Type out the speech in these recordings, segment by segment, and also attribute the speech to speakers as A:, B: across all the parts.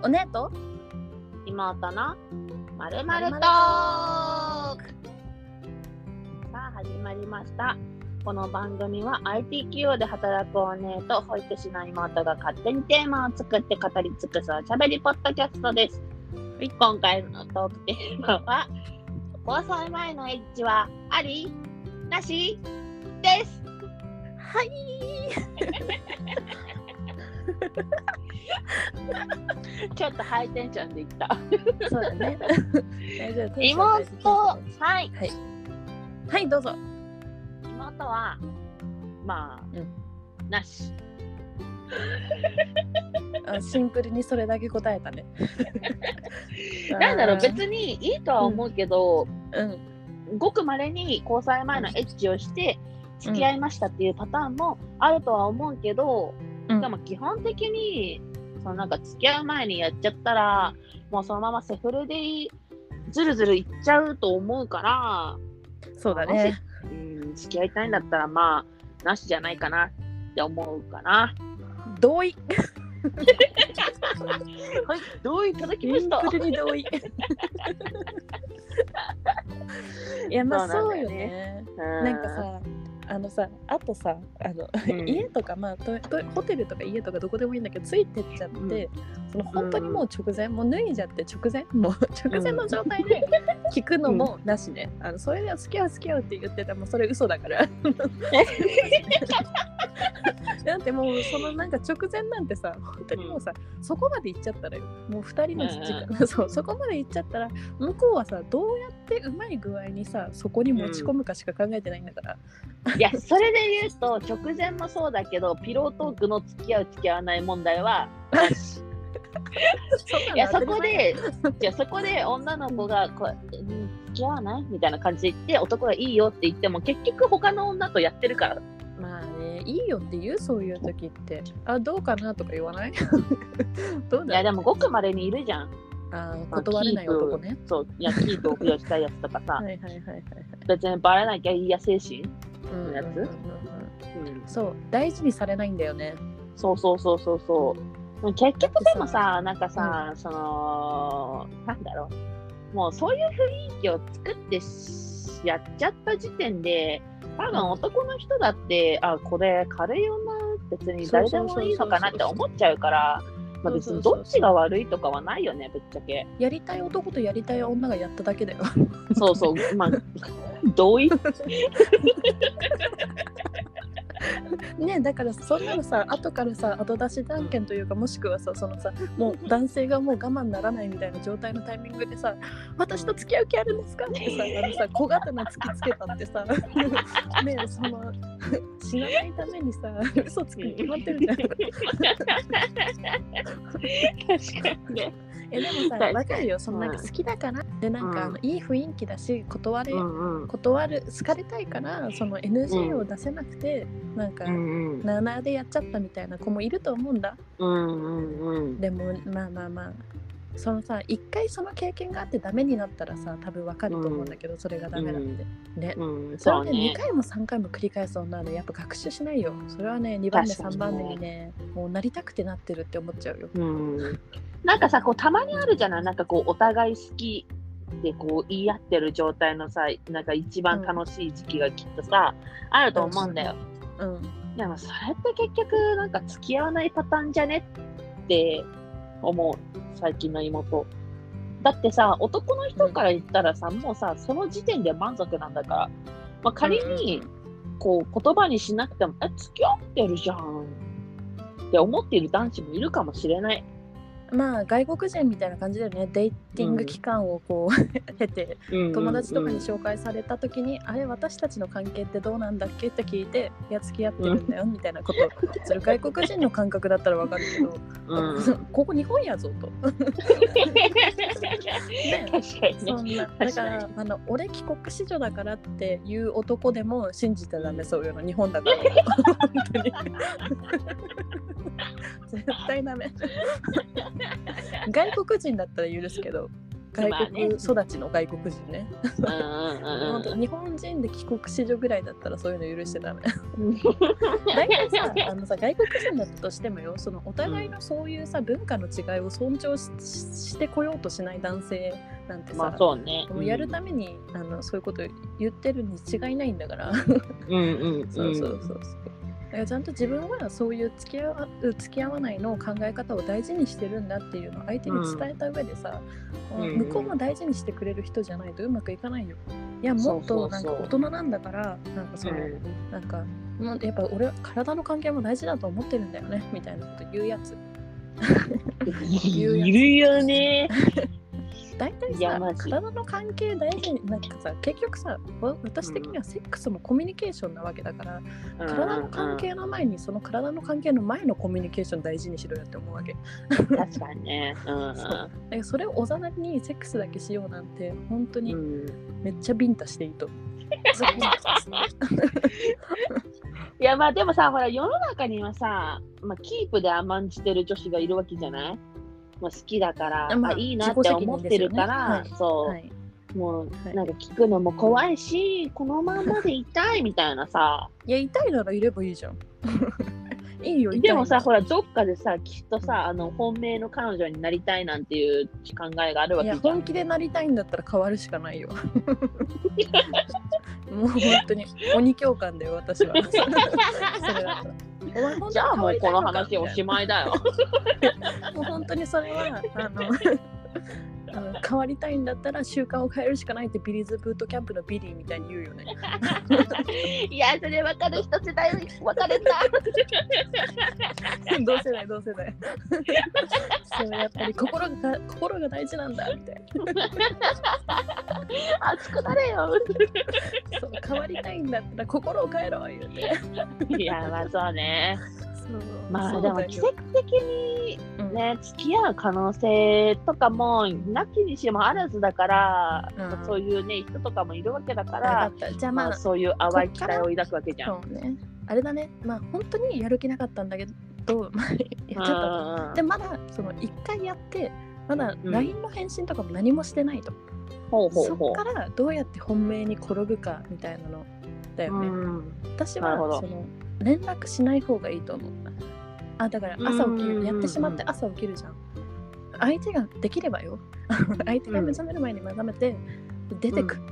A: おねと
B: 妹のまるまるトーク。さあ始まりました。この番組は IT 企業で働くお姉と保育士の妹が勝手にテーマを作って語り尽くすおしゃべりポッドキャストです。今回のトークテーマは交際前のエッチはありなしです。
A: はい
B: ちょっとハイテンションでいった。
A: そうだね大丈夫。
B: 妹、はい
A: はいどうぞ。
B: 妹はまあ、なし。
A: シンプルにそれだけ答えたね。
B: なんだろう、別にいいとは思うけど、ごく稀に交際前のエッチをして付き合いましたっていうパターンもあるとは思うけど、でも基本的にそのなんか付き合う前にやっちゃったらもうそのままセフレでずるずるいっちゃうと思うから、
A: そうだね。
B: 付き合いたいんだったらまあなしじゃないかなって思うかな。
A: 同意。
B: はい、同意いただきました。
A: シンプルに同意。いやまあそうよね。なんかさあとさ家とかまあホテルとか家とかどこでもいいんだけどついてっちゃって、その本当にもう直前、もう脱いじゃって直前の状態で聞くのもなしね。それで付き合うって言ってたもうそれ嘘だから。だってもうそのなんか直前なんてさ本当にもうさ、そこまで行っちゃったらよ、もう2人の時間、そこまで行っちゃったら向こうはさどうやってうまい具合にさそこに持ち込むかしか考えてないんだから、
B: いやそれで言うと直前もそうだけどピロートークの付き合う付き合わない問題はなし。いやそこで女の子が付き合わないみたいな感じで言って男がいいよって言っても結局他の女とやってるから。
A: まあね、いいよって言う、そういう時ってどうかなとか言わない？どうだ。
B: いやでもごくまれにいるじゃん。
A: 断れない男ね。
B: そう、いやキープを増やしたいやつとかさ
A: はい
B: 別にバレなきゃいいや精神のやつ、
A: そう大事にされないんだよね。
B: そう結局でもさ、なんかさ、そのなんだろう、もうそういう雰囲気を作ってやっちゃった時点で多分男の人だって、これ軽い女別に誰でもいいのかなって思っちゃうから、まあ、別にどっちが悪いとかはないよね、ぶっちゃけ。
A: やりたい男とやりたい女がやっただけだよ。
B: そうまあ同意。
A: ね、だからそんなのさ後からさ後出し断件というか、もしくはさそのさもう男性がもう我慢ならないみたいな状態のタイミングでさ私と付き合う気あるんですかってさ小刀突きつけたってさねその死なないためにさ嘘つきに決まってるじゃん。
B: 確かにね。
A: でもさ分かるよ、そのなんか好きだからでなんかいい雰囲気だし断る好かれたいからその NG を出せなくてなんかなあなあでやっちゃったみたいな子もいると思うんだ。でもまあそのさ一回その経験があってダメになったらさ多分わかると思うんだけど、それがダメだってね、それで2回も3回も繰り返す女はねやっぱ学習しないよ。それはね2番目3番目にねもうなりたくてなってるって思っちゃうよ。
B: なんかさこうたまにあるじゃない、なんかこうお互い好きでこう言い合ってる状態のさなんか一番楽しい時期がきっとさ、あると思うんだよ。でもそれって結局なんか付き合わないパターンじゃねって思う、最近の妹。だってさ男の人から言ったらさ、もうさその時点で満足なんだから、まあ、仮にこう言葉にしなくても付き合ってるじゃんって思っている男子もいるかもしれない。
A: まあ外国人みたいな感じだよね。デイティング期間をこう経て友達とかに紹介された時にあれ私たちの関係ってどうなんだっけって聞いていや付き合ってるんだよみたいなことをする外国人の感覚だったらわかるけど、ここ日本やぞと。そんなだから俺帰国子女だからっていう男でも信じてダメ、そういうの日本だから本当に絶対ダメ。外国人だったら許すけど外国育ちの外国人ね。本当日本人で帰国子女ぐらいだったらそういうの許してダメ。大体さ、外国人だったとしてもよ、そのお互いのそういうさ文化の違いを尊重 してこようとしない男性なんてさ、
B: まあそうね、
A: もうやるためにそういうこと言ってるに違いないんだから。そうだからちゃんと自分はそういう付き合わないの考え方を大事にしてるんだっていうのを相手に伝えた上でさ、向こうも大事にしてくれる人じゃないとうまくいかないよ。いやもっとなんか大人なんだからなんかその、なんかもうやっぱ俺は体の関係も大事だと思ってるんだよねみたいなこと言うやつ。
B: いるよね。
A: 大体さ、体の関係大事になんかさ、結局さ、私的にはセックスもコミュニケーションなわけだから、体の関係の前にその体の関係の前のコミュニケーション大事にしろよって思うわけ。
B: 確かにね。
A: それをおざなりにセックスだけしようなんて本当にめっちゃビンタしていいと。
B: いやまあでもさ、ほら世の中にはさ、キープで甘んじてる女子がいるわけじゃない？好きだから、いいなって思ってるから、もうなんか聞くのも怖いし、このままでいたいみたいなさ。
A: いや、いたいならいればいいじゃん。いいよ、
B: でもさ、ほらどっかでさ、きっとさ、本命の彼女になりたいなんていう考えがあるわけじゃん。
A: いや、本気でなりたいんだったら変わるしかないよ。もう本当に鬼教官だよ、私は。それだったら。
B: じゃあもうこの話おしまいだよ。
A: もう本当にそれは変わりたいんだったら習慣を変えるしかないってビリーズブートキャンプのビリーみたいに言うよね。
B: いやそれ分かる人世代分かれた。
A: 同世代そうやっぱり心が大事なんだみたいな。
B: 熱くなれよ。
A: そう変わりたいんだったら心を変えろ言うて。
B: いやまあそうね。まあでも奇跡的にね、付き合う可能性とかもなきにしもあらずだから、そういうね人とかもいるわけだから、
A: じゃあまあ
B: そういう淡い期待を抱くわけじゃん。
A: そうね。あれだね。まあ本当にやる気なかったんだけど、やっちゃった。でまだその1回やってまだ LINE の返信とかも何もしてないと。そっからどうやって本命に転ぶかみたいなのだよね。私はその連絡しない方がいいと思う。だから朝起きる、やってしまって朝起きるじゃん。相手ができればよ。相手が目覚める前に目覚めて出てく。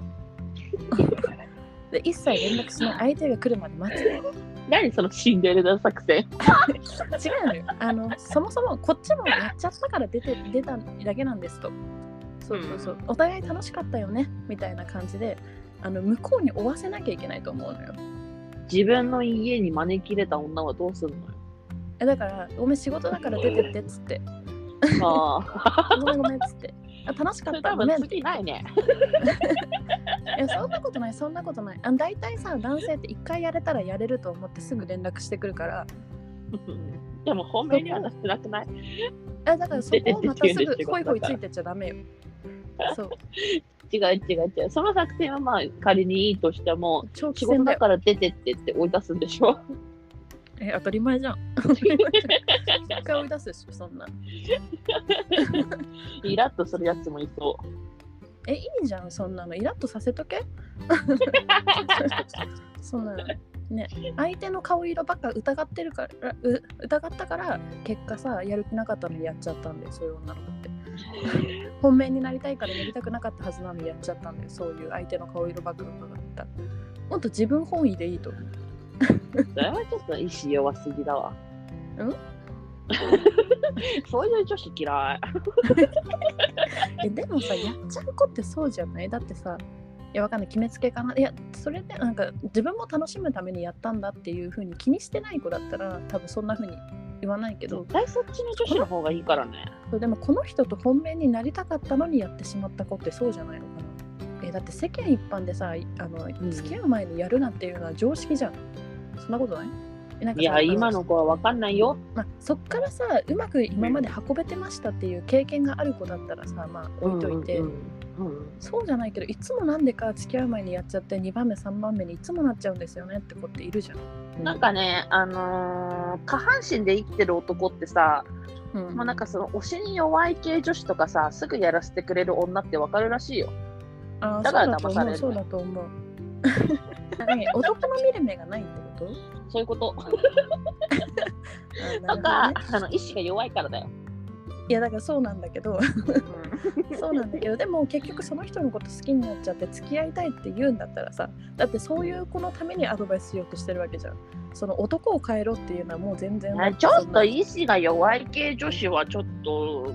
A: で一切連絡しない。相手が来るまで待つ。
B: 何そのシンデレラ作戦。違
A: うのよ。そもそもこっちもやっちゃったから出ただけなんですと。そう。お互い楽しかったよねみたいな感じで向こうに追わせなきゃいけないと思うのよ。
B: 自分の家に招き入れた女はどうするのよ。
A: だからごめん仕事だから出てってっつって。ごめんっつって。楽しかったごめん。
B: 次ないね。
A: いやそんなことない。大体さ男性って1回やれたらやれると思ってすぐ連絡してくるから。
B: でも本命にはなってなくない？
A: だからそこをまたすぐホイホイついてっちゃダメよ。そう。
B: 違う。その作戦はまあ仮にいいとしても、仕事だから出てってって追い出すんでしょ？
A: 当たり前じゃん。一回追い出すでしょそんな。
B: イラッとするやつもいそう。
A: いいじゃんそんなのイラッとさせとけ。そんなのね、相手の顔色ばっか疑ったから結果さやる気なかったのにやっちゃったんだよそういう女の子って。本命になりたいからやりたくなかったはずなのにやっちゃったんだよそういう相手の顔色ばっか伺った。もっと自分本位でいいと。
B: それはちょっと意志弱すぎだわ。そういう女子嫌
A: い。でもさやっちゃう子ってそうじゃない？だってさいやわかんない決めつけかな。いやそれでなんか自分も楽しむためにやったんだっていう風に気にしてない子だったら多分そんな風に言わないけど、
B: 絶対そっちの女子の方がいいからね。
A: でもこの人と本命になりたかったのにやってしまった子ってそうじゃないのかな。だって世間一般でさ付き合う前にやるなんていうのは常識じゃん。そんなことない？
B: いや今の子は分かんないよ。
A: そっからさうまく今まで運べてましたっていう経験がある子だったらさ置いといて、そうじゃないけどいつもなんでか付き合う前にやっちゃって2番目3番目にいつもなっちゃうんですよねって子っているじゃん。
B: なんかね下半身で生きてる男ってさもうなんかその推しに弱い系女子とかさ、すぐやらせてくれる女ってわかるらしいよ。だから騙される。
A: そうだと思う。男の見る目がないってこと？
B: そういうこと。とか、意志が弱いからだよ。
A: いやだからそうなんだけどそうなんだけど、でも結局その人のこと好きになっちゃって付き合いたいって言うんだったらさ、だってそういう子のためにアドバイスしようとしてるわけじゃん。その男を変えろっていうのはもう全然
B: ちょっと意志が弱い系女子はちょっと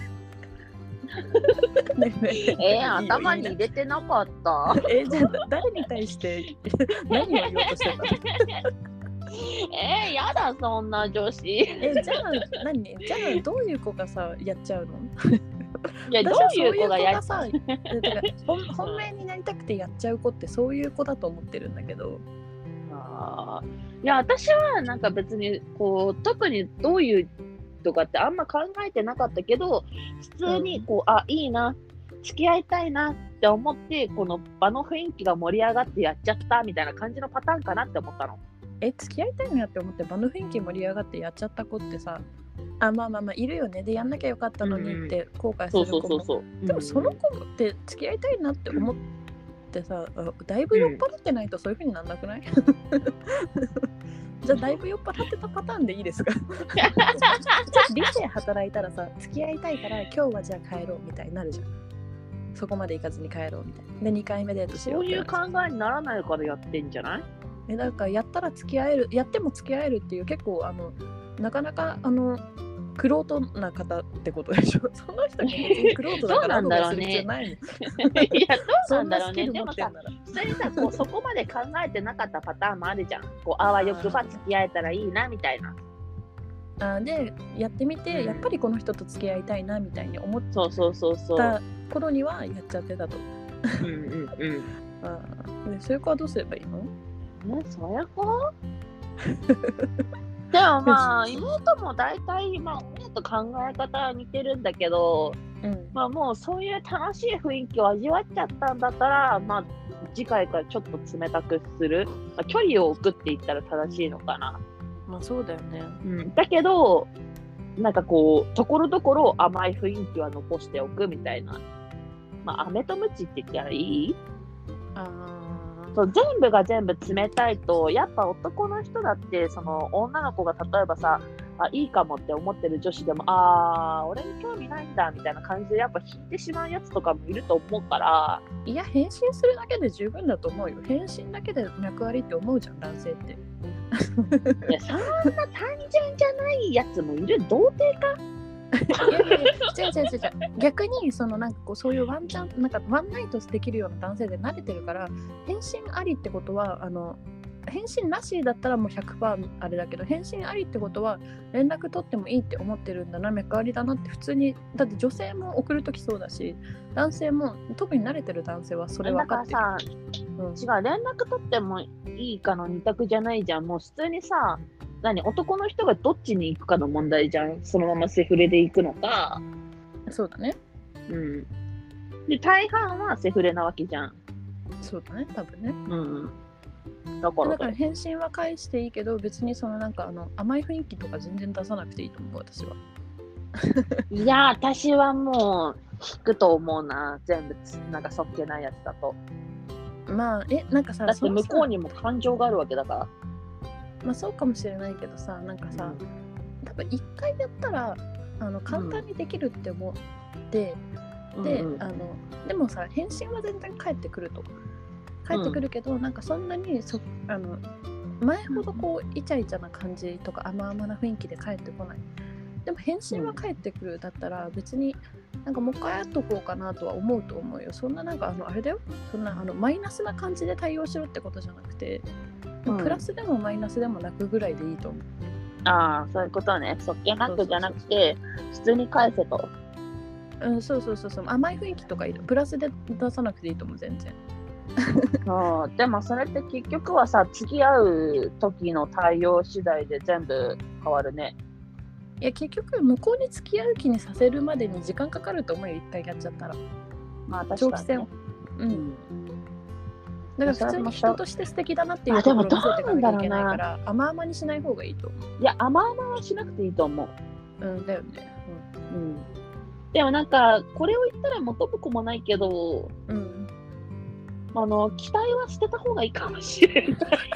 B: 頭に入れてなかった。
A: じゃあ誰に対して何を言おうとしてた
B: やだそんな女子。じ
A: ゃあどういう子がさやっちゃうの？
B: いやどういう子がやっちゃう
A: 本命になりたくてやっちゃう子ってそういう子だと思ってるんだけど。
B: いや私はなんか別にこう特にどういうとかってあんま考えてなかったけど、普通にこう、いいな付き合いたいなって思ってこの場の雰囲気が盛り上がってやっちゃったみたいな感じのパターンかなって思ったの。
A: 付き合いたいなって思って場の雰囲気盛り上がってやっちゃった子ってさ、まあいるよね。でやんなきゃよかったのにって後悔する子も。でもその子って付き合いたいなって思ってさ、だいぶ酔っ払ってないとそういう風になんなくない？じゃあだいぶ酔っ払ってたパターンでいいですか？理性働いたらさ、付き合いたいから今日はじゃあ帰ろうみたいになるじゃん。そこまで行かずに帰ろうみたいな。で2回目デートしよう。
B: そういう考えにならないからやってんじゃない？
A: だからやったら付き合える、やっても付き合えるっていう結構なかなか玄人な方ってことでしょ。その人が別に玄人だからアドバイスする必要ないの。
B: いやどうなんだろうね。でもさ、普通にさこうそこまで考えてなかったパターンもあるじゃん。こうあわよくば付き合えたらいいなみたいな。
A: でやってみて、やっぱりこの人と付き合いたいなみたいに思った頃にはやっちゃってたと。そういう子はどうすればいいの？
B: そういう子？でもまあ妹も大体親と考え方は似てるんだけど、もうそういう楽しい雰囲気を味わっちゃったんだったら、次回からちょっと冷たくする、距離を置くって言ったら正しいのかな。
A: そうだよね。
B: だけどなんかこうところどころ甘い雰囲気は残しておくみたいな。飴とムチって言ったらいい？そう全部が全部冷たいとやっぱ男の人だってその女の子が例えばさいいかもって思ってる女子でも俺に興味ないんだみたいな感じでやっぱ引いてしまうやつとかもいると思うから。
A: いや返信するだけで十分だと思うよ。返信だけで脈ありって思うじゃん男性って。
B: いやそんな単純じゃないやつもいる。童貞か？
A: 違う逆になんかこうそういうワンナイトできるような男性で慣れてるから返信ありってことは返信なしだったらもう 100% あれだけど、返信ありってことは連絡取ってもいいって思ってるんだな、脈ありだなって普通に。だって女性も送るときそうだし男性も特に慣れてる男性はそれ分かってる。
B: だからさ、違う連絡取ってもいいかの二択じゃないじゃん。もう普通にさ男の人がどっちに行くかの問題じゃん。そのままセフレで行くのか。
A: そうだね。
B: で大半はセフレなわけじゃん。
A: そうだね多分ね。
B: だ
A: から返信は返していいけど別になんか甘い雰囲気とか全然出さなくていいと思う私は。
B: いや私はもう引くと思うな。全部なんかそっけないやつだと。
A: なんかさ
B: だって向こうにも感情があるわけだから。
A: そうかもしれないけどさ、なんかさ、多分一回やったら簡単にできるって思って、でもさ返信は全然返ってくるけど、なんかそんなに前ほどこうイチャイチャな感じとか甘々な雰囲気で返ってこない。でも返信は返ってくるだったら別になんかもう一回やっとこうかなとは思うと思うよ。そんななんかあれだよ、そんなマイナスな感じで対応しろってことじゃなくて、プラスでもマイナスでもなくぐらいでいいと思う。
B: そういうことね。そっけなくじゃなくて普通に返せと。
A: そう甘い雰囲気とかいる。プラスで出さなくていいと思う全然。
B: でもそれって結局はさ付き合う時の対応次第で全部変わるね。
A: いや結局向こうに付き合う気にさせるまでに時間かかると思うよ。一回やっちゃったら
B: 確かに、
A: 長期戦。だから普通に人として素敵だなっていうところを見せていかなきゃいけないから甘々にしない方がいいと思う。
B: いや甘々はしなくていいと思う。
A: うんだよね。
B: うん。でもなんかこれを言ったら元も子もないけど、
A: うん。
B: 期待は捨てた方がいいかもしれない。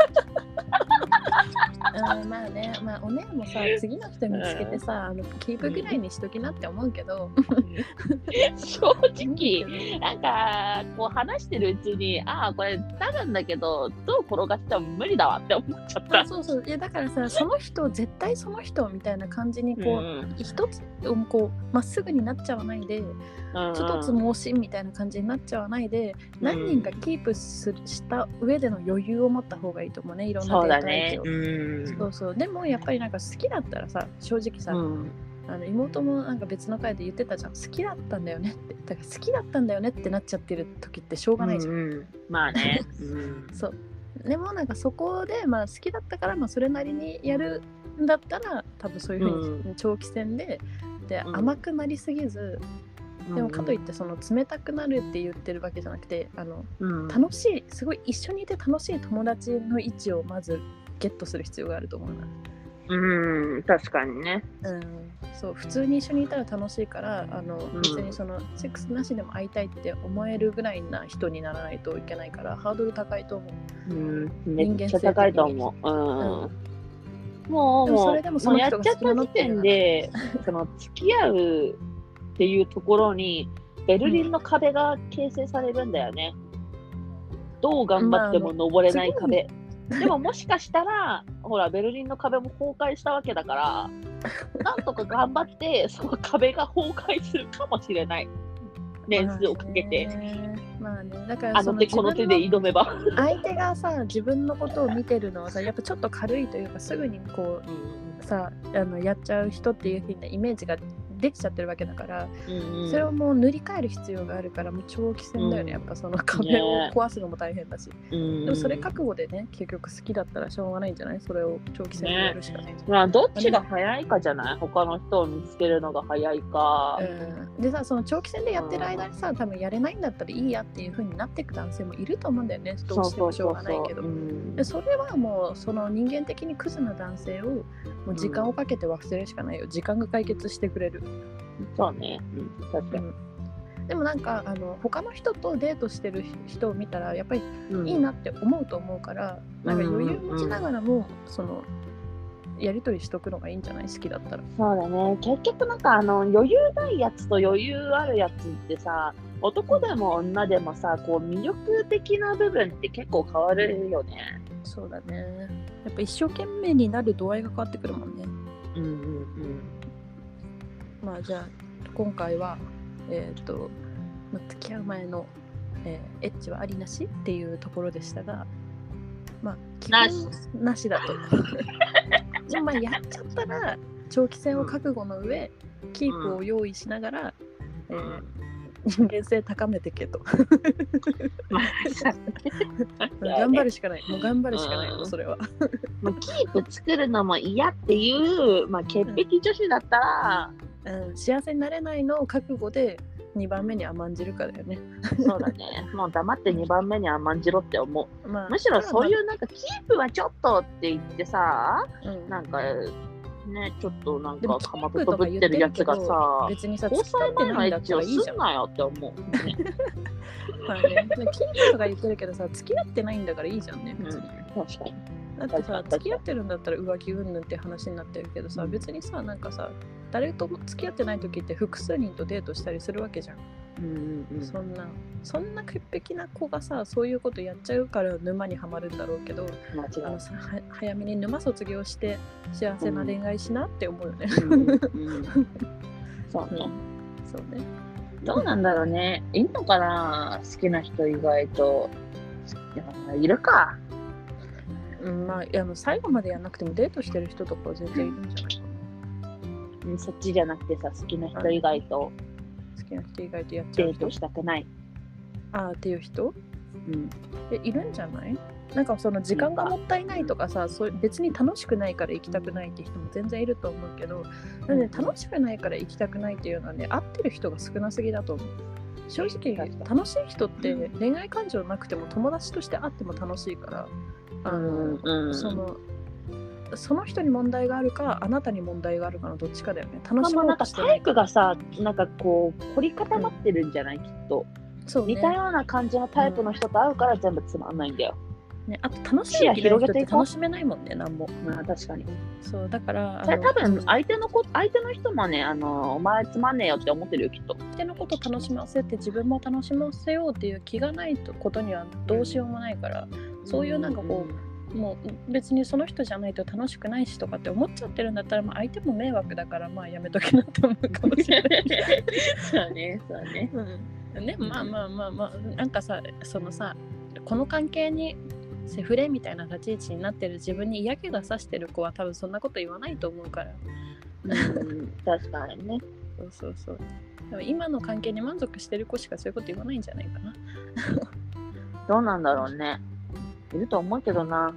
A: まあね、まあお姉もさ、次の人見つけてさ、キープぐらいにしときなって思うけど、
B: 正直、なんかこう話してるうちに、これ多分だけど、どう転がしても無理だわって思っちゃった。
A: そうそう。いやだからさ、その人絶対その人みたいな感じにこう、一つこうまっすぐになっちゃわないで、一つ盲信みたいな感じになっちゃわないで、何人かキープした上での余裕を持った方がいいと思うね、いろんなデータ相手を。そうそう。でもやっぱりなんか好きだったらさ、正直さ、妹もなんか別の回で言ってたじゃん、好きだったんだよねって。だから好きだったんだよねってなっちゃってる時ってしょうがないじゃん。
B: まあね。
A: そう。でもなんかそこで好きだったからそれなりにやるんだったら多分そういう風に長期戦で、甘くなりすぎず、でもかといってその冷たくなるって言ってるわけじゃなくて、楽しい、すごい一緒にいて楽しい友達の位置をまずゲットする必要があると思うな。
B: 確かにね。
A: そう、普通に一緒にいたら楽しいから、別にそのセックスなしでも会いたいって思えるぐらいな人にならないといけないから、ハードル高いと思う。
B: めっちゃ高いと思う。もうそれでもその人が好きなのってやっちゃった時点で、その付き合うっていうところにベルリンの壁が形成されるんだよね。どう頑張っても登れない壁。でももしかしたらほらベルリンの壁も崩壊したわけだから、なんとか頑張ってその壁が崩壊するかもしれない。年数をかけて。
A: まあね、だから
B: あの手この手で挑めば。
A: 相手がさ、自分のことを見てるのはさ、やっぱちょっと軽いというか、すぐにこう、さやっちゃう人っていう風なイメージができちゃってるわけだから、それをもう塗り替える必要があるから、もう長期戦だよね。やっぱその壁を壊すのも大変だし、でもそれ覚悟でね、結局好きだったらしょうがないんじゃない？それを長期戦でやるしかないんじゃない？
B: まあどっちが早いかじゃない？他の人を見つけるのが早いか。
A: でさ、その長期戦でやってる間にさ、多分やれないんだったらいいやっていう風になっていく男性もいると思うんだよね。どうしてもしょうがないけど。でそれはもうその人間的にクズな男性をもう時間をかけて忘れるしかないよ。時間が解決してくれる。
B: そうね、確かに。
A: でもなんか他の人とデートしてる人を見たらやっぱりいいなって思うと思うから、なんか余裕持ちながらもそのやり取りしとくのがいいんじゃない？好きだったら。
B: そうだね。結局なんか余裕ないやつと余裕あるやつってさ、男でも女でもさ、こう魅力的な部分って結構変わるよね。
A: そうだね。やっぱ一生懸命になる度合いが変わってくるもんね。まあじゃあ今回は付き合う前の、エッチはありなしっていうところでしたが、まあ基本なしだと。でもやっちゃったら長期戦を覚悟の上、キープを用意しながら、人間性高めてけと。頑張るしかない。もう頑張るしかないよ、それは。
B: もうキープ作るのも嫌っていう、潔癖女子だったら、
A: 幸せになれないのを覚悟で2番目に甘んじるかだよね。
B: そうだね。もう黙って2番目に甘んじろって思う。むしろそういうなんかキープはちょっとって言ってさ、なんかね、ちょっとなんかかまととぶってるやつがさ、
A: 別にさ、
B: 交際前のエッチをすんなよって思う。
A: まあね、キープとか言ってるけどさ、付き合ってないんだからいいじゃんね、別に。
B: 確かに。
A: だってさ、付き合ってるんだったら浮気云々って話になってるけどさ、別にさ、なんかさ、誰とも付き合ってない時って複数人とデートしたりするわけじゃん。そんな潔癖な子がさ、そういうことやっちゃうから沼にはまるんだろうけど、早めに沼卒業して幸せな恋愛しなって思うよね。
B: そうね。
A: そうね。
B: どうなんだろうね。いいのかな、好きな人意外と。いるか。
A: まあ最後までやんなくてもデートしてる人とかは全然いるんじゃないかな。
B: そっちじゃなくてさ、好きな人以外と
A: やっちゃう
B: デートしたくない。
A: っていう人？いるんじゃない？なんかその時間がもったいないとかさ、別に楽しくないから行きたくないって人も全然いると思うけど、楽しくないから行きたくないっていうのはね、合ってる人が少なすぎだと思う。正直楽しい人って恋愛感情なくても友達として会っても楽しいから、そのその人に問題があるかあなたに問題があるかのどっちかだよね。楽しも
B: なんか
A: うとしてない
B: タイプがさ、なんかこう凝り固まってるんじゃない、きっと。
A: そうね、
B: 似たような感じのタイプの人と会うから全部つまんないんだよ。
A: ね、あと楽しみに広げて楽しめないもんね、なんも。
B: 確かに。
A: そうだから
B: それ多分相手の人もね、お前つまんねえよって思ってるよ、きっと。
A: 相手のこと楽しませて自分も楽しませようっていう気がないことにはどうしようもないから、そういうなんかこう、もう別にその人じゃないと楽しくないしとかって思っちゃってるんだったら、まあ、相手も迷惑だからまあやめときなって思うかもしれない。
B: そうね、そうね。
A: ね、まあなんかさ、そのさ、この関係にセフレみたいな立ち位置になってる自分に嫌気がさしてる子は多分そんなこと言わないと思うから。
B: 確かにね。
A: そうでも今の関係に満足してる子しかそういうこと言わないんじゃないかな。
B: どうなんだろうね。いると思うけどな。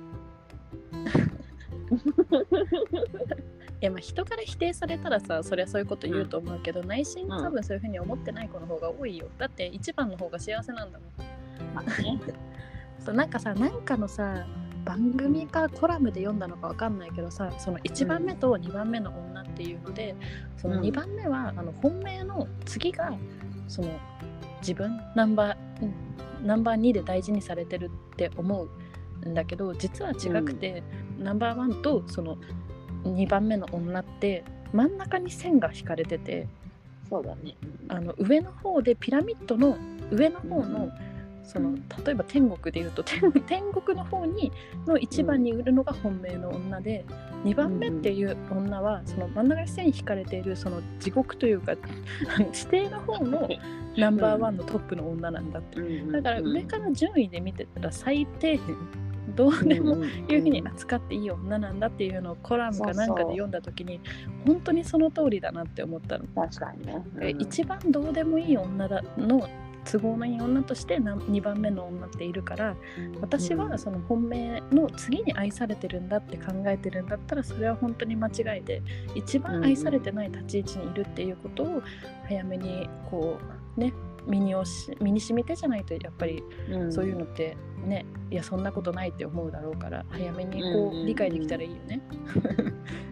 A: いや、まあ人から否定されたらさ、そりゃそういうこと言うと思うけど、内心多分そういうふうに思ってない子の方が多いよ。だって一番の方が幸せなんだもん。
B: まあね。
A: そうなんかさ、なんかのさ番組かコラムで読んだのかわかんないけどさ、その1番目と2番目の女っていうので、その2番目は本命の次がその自分ナンバー2で大事にされてるって思うんだけど、実は違くて、ナンバー1とその2番目の女って真ん中に線が引かれてて、
B: そうだね。
A: 上の方でピラミッドの上の方の、その例えば天国でいうと天国の方にの1番にいるのが本命の女で、2番目っていう女はその真ん中に線引かれているその地獄というか地底の方のナンバーワンのトップの女なんだって。だから上から順位で見てたら最低限どうでもいうふうに扱っていい女なんだっていうのをコラムかなんかで読んだ時に本当にその通りだなって思ったの。
B: 確かにね。
A: 一番どうでもいい女だの都合のいい女として2番目の女っているから、私はその本命の次に愛されてるんだって考えてるんだったらそれは本当に間違いで、一番愛されてない立ち位置にいるっていうことを早めにこうね身に染みてじゃないとやっぱりそういうのってね、いやそんなことないって思うだろうから、早めにこう理解できたらいいよね。